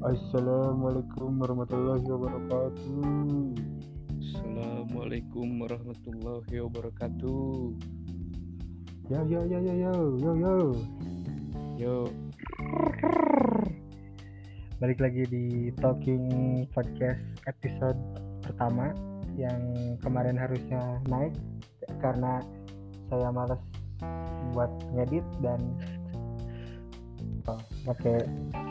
Assalamualaikum warahmatullahi wabarakatuh. Assalamualaikum warahmatullahi wabarakatuh. Yo. Yo, Balik lagi di Talking Podcast episode pertama yang kemarin harusnya naik karena saya malas buat ngedit dan pakai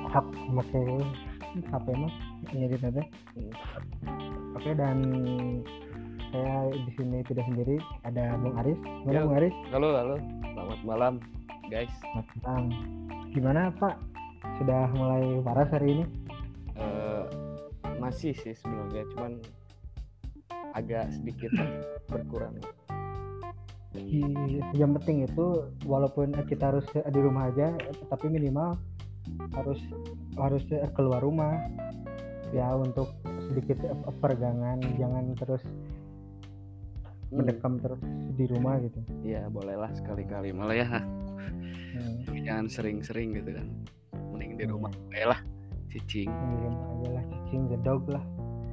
HP mah ngedit nanti. Oke, dan saya di sini tidak sendiri, ada Bung Aris. Mana Yo. Bung Aris? halo. Selamat malam, guys. Matang. Gimana Pak? Sudah mulai waras hari ini? Masih sih sebenarnya, cuman agak sedikit berkurang. Yang penting itu walaupun kita harus di rumah aja, tapi minimal harus keluar rumah ya untuk sedikit peregangan, jangan terus mendekam terus di rumah gitu. Ya bolehlah sekali-kali malah ya. Jangan sering-sering gitu kan. Mending di rumah lah, cicing. Di rumah aja lah, cicing, jedog lah.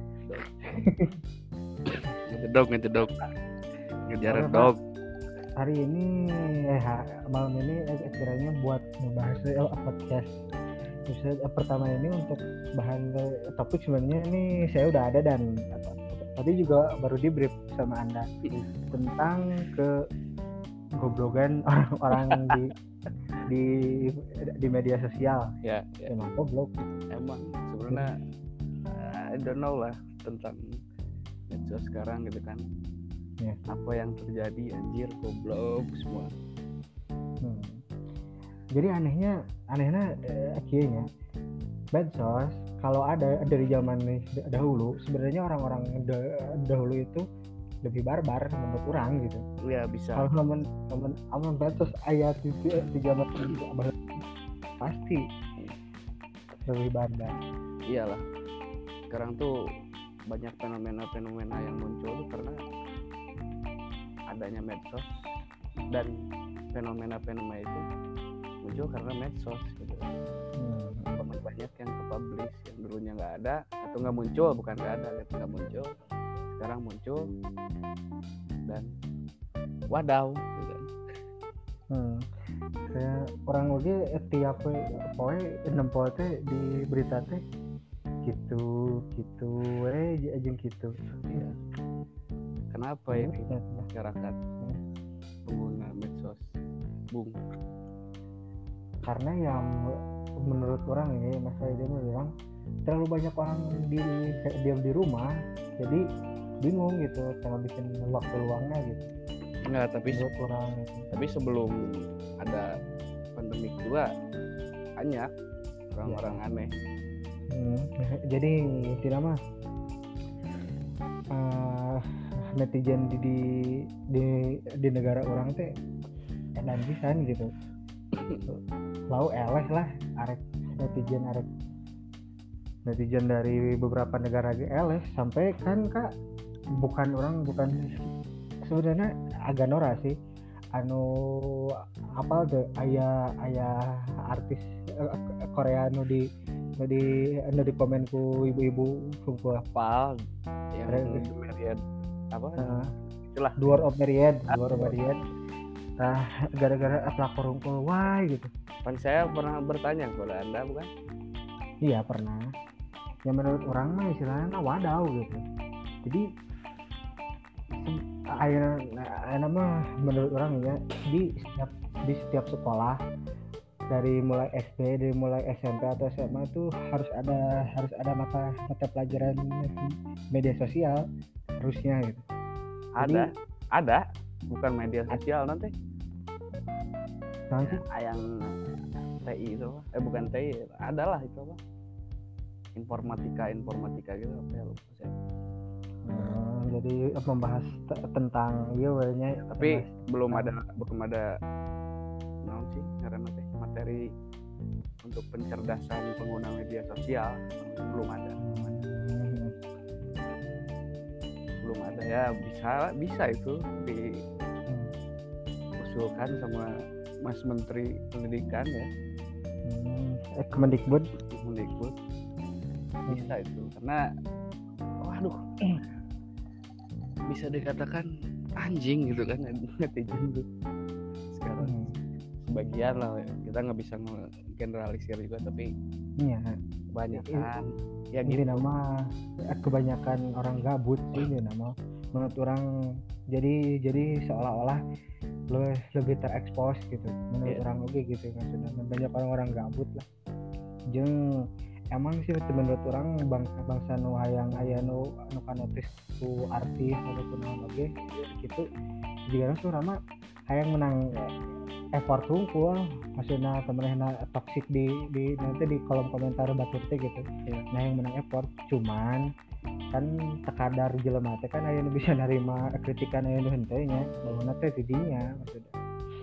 Ngedog. Ngejar Oke, dog. Hari ini malam ini kiranya buat ngebahas podcast episode pertama ini untuk bahan topik sebenarnya ini saya udah ada dan tadi juga baru di brief sama Anda tentang goblogan orang di media sosial. Ya. Emang goblok. Emang sebenarnya I don't know lah tentang medsos sekarang gitu kan. Ya. Apa yang terjadi, anjir, goblok semua. Jadi anehnya akhirnya medsos kalau ada dari zaman dahulu, sebenarnya orang-orang dahulu itu lebih barbar menurut orang gitu. Ya bisa. Kalau teman medsos ayat di zaman pasti lebih barbar. Iyalah. Sekarang tuh banyak fenomena yang muncul karena adanya medsos, dan fenomena itu muncul karena medsos gitu. Banyak yang ke-publish yang dulunya nggak ada atau nggak muncul, bukan nggak ada, nggak muncul, sekarang muncul dan wadaw gitu. Saya orang oge tiap poe nempel teh di berita teh gitu jeung gitu. Iya. Kenapa ya masyarakat pengguna medsos, Bung? Karena yang menurut orang ini, Mas Aida bilang terlalu banyak orang diam di rumah, jadi bingung gitu cara bikin waktu luangnya gitu. Enggak, tapi sebelum ada pandemik juga banyak orang-orang aneh. Jadi tidak mah netizen di negara orang teh edan pisan gitu. Lau eles lah arek netizen dari beberapa negara eles sampai kan Kak bukan sebenarnya agak nora sih anu apal tuh aya artis Korea nu di komenku ibu-ibu kumpul apal yang Marriott apa itulah Dwarf of Marriott. Nah, gara-gara pelakor rungkul gitu. Kan saya pernah bertanya kepada Anda, bukan? Iya, pernah. Yang menurut orang mah istilahnya wadaw gitu. Jadi akhirnya mah menurut orang ya di setiap sekolah dari mulai SD, dari mulai SMP atau SMA itu harus ada mata pelajaran media sosial harusnya gitu. Ada bukan media sosial nanti yang TI itu bukan TI, adalah itu apa informatika gitu apa ya, lupa saya. Jadi membahas tentang tapi belum ada naon sih karena materi untuk pencerdasan pengguna media sosial belum ada ya. Bisa itu diusulkan sama Mas Menteri Pendidikan ya. Kemendikbud. bisa itu karena waduh bisa dikatakan anjing gitu kan netizen tuh sekarang. Sebagian lah kita nggak bisa generalisir juga tapi Iya. kebanyakan ya Ini gitu. nama kebanyakan orang gabut sih ini nama menurut orang, jadi seolah-olah lebih terekspos gitu menurut orang oke gitu maksudnya banyak orang gabut lah jeung emang sih menurut orang bangsa nu hayang aya nu kanotis ku artis ataupun naon oge gitu juga tuh rama hayang menang effort hungkul maksudnya temennya toxic di nanti di kolom komentar batur teh gitu ya. Nah yang menang effort cuman kan tekadar jelema teh kan aya nu bisa nerima kritikan aya nu henteu nya bangunna teh di dinya maksudnya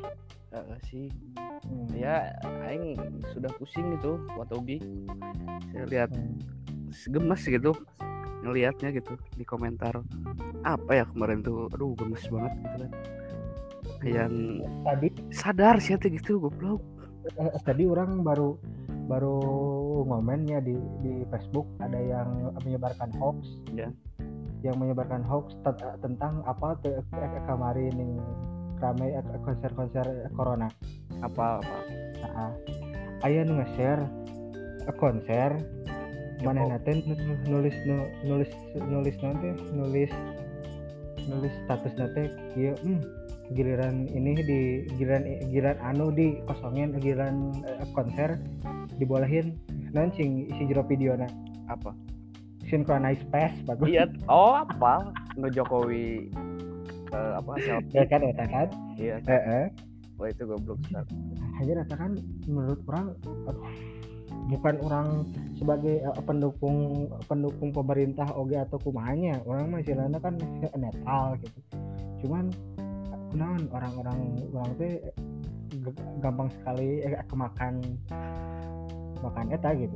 Sih ya aing sudah pusing gitu Watobi saya lihat gemes gitu ngelihatnya gitu di komentar apa ya kemarin tuh aduh gemes banget gitu kan yang tadi sadar sih gitu goblok. Tadi orang baru ngomennya di Facebook ada yang menyebarkan hoax ya. Yang menyebarkan hoax tentang apa kemarin yang ramai konser corona apa nah, aya nu nge-share konser mana nanti nulis nanti nulis status nanti ya giliran ini di giliran anu di kosongin giliran konser dibolehin launching isi jero videona apa synchronize pass bagus iya apa nu Jokowi apa selfie kan eta kan iya wah itu goblok sekali aja rata kan menurut orang bukan orang sebagai pendukung pemerintah oge atau kumanya orang mah istilahnya kan netral gitu cuman kenaon orang teh gampang sekali kemakan eta gitu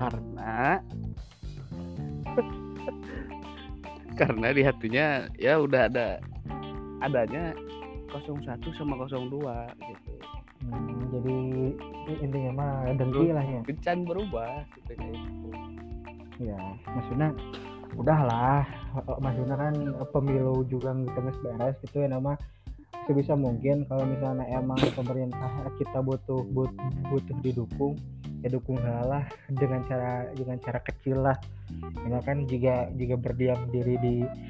karena di hatinya ya udah adanya 01 sama 02 gitu. Jadi intinya mah dengki lah ya. Kencan berubah gitu kayak gitu. Ya, maksudnya udahlah, maksudnya kan pemilu juga ngetes beres gitu ya nama sebisa mungkin kalau misalnya emang pemerintah kita butuh didukung ya dukung lah dengan cara kecil lah ya kan jika berdiam diri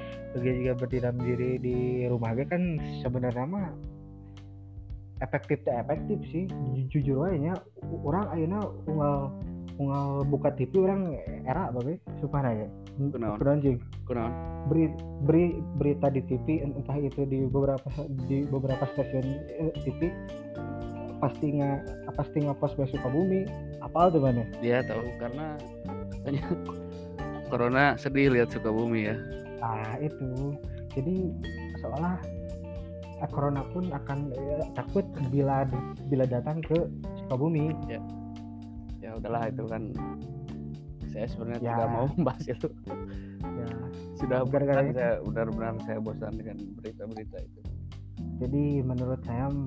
di rumah aja kan sebenarnya mah efektif sih jujur aja orang ayeuna unggal buka TV orang era babe supaya ya kunaon berita di TV entah itu di beberapa stasiun TV pasti ngepost besok Sukabumi apal tuh mana dia tahu karena katanya corona sedih lihat Sukabumi ya itu jadi seolah corona pun akan takut bila datang ke Sukabumi ya udahlah itu kan saya sebenarnya tidak mau membahas itu ya sudah benar-benar saya bosan dengan berita-berita itu jadi menurut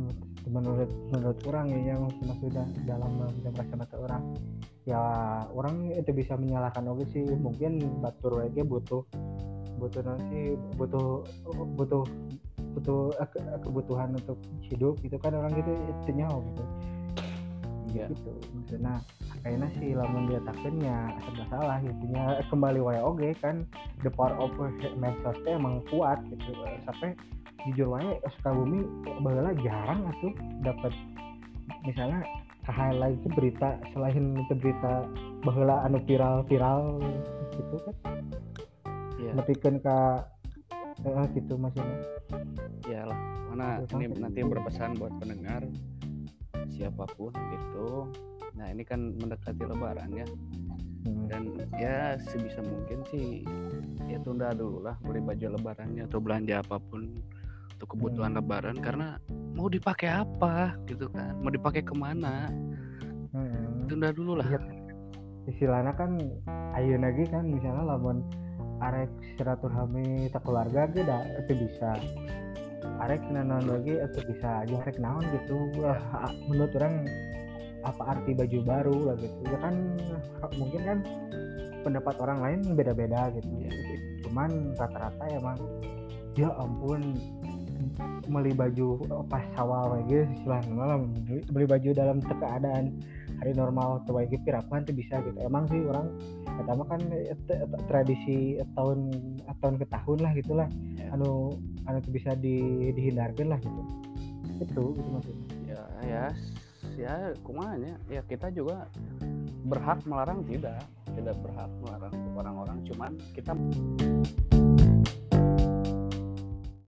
orang yang sudah dalam mata orang ya orang itu bisa menyalahkan oke sih mungkin batur aja butuh kebutuhan untuk hidup itu kan orang gitu itu nyawa gitu ya. Gitu maksudnya kayaknya sih lamun dia takutnya serba salah intinya kembali wae oge kan the power of medsos emang kuat gitu sampai jujur wae Sukabumi baheula jarang atuh dapat misalnya highlight berita selain itu berita baheula anu viral gitu kan nepikeun ka gitu maksudnya iyalah mana ini nanti berpesan buat pendengar siapapun gitu nah ini kan mendekati lebaran ya dan ya sebisa mungkin sih ya tunda dulu lah beli baju lebarannya atau belanja apapun untuk kebutuhan lebaran karena mau dipakai apa gitu kan mau dipakai kemana tunda dulu lah istilahnya kan ayeuna ge kan misalnya lamun arek silaturahmi ta keluarga ge da itu bisa arek naon lagi itu bisa aja arek naon gitu menurut orang apa arti baju baru lah gitu ya kan mungkin kan pendapat orang lain beda-beda gitu ya. Cuman rata-rata emang ya ampun beli baju pas sawal gitu silang malam beli baju dalam keadaan hari normal tuh lagi pirapan tuh bisa gitu. Emang sih orang pertama kan tradisi tahun ke tahun lah gitulah anu tuh bisa dihindarkan lah gitu. Itu maksudnya. Ya kumanya ya kita juga berhak melarang tidak berhak melarang orang-orang, cuman kita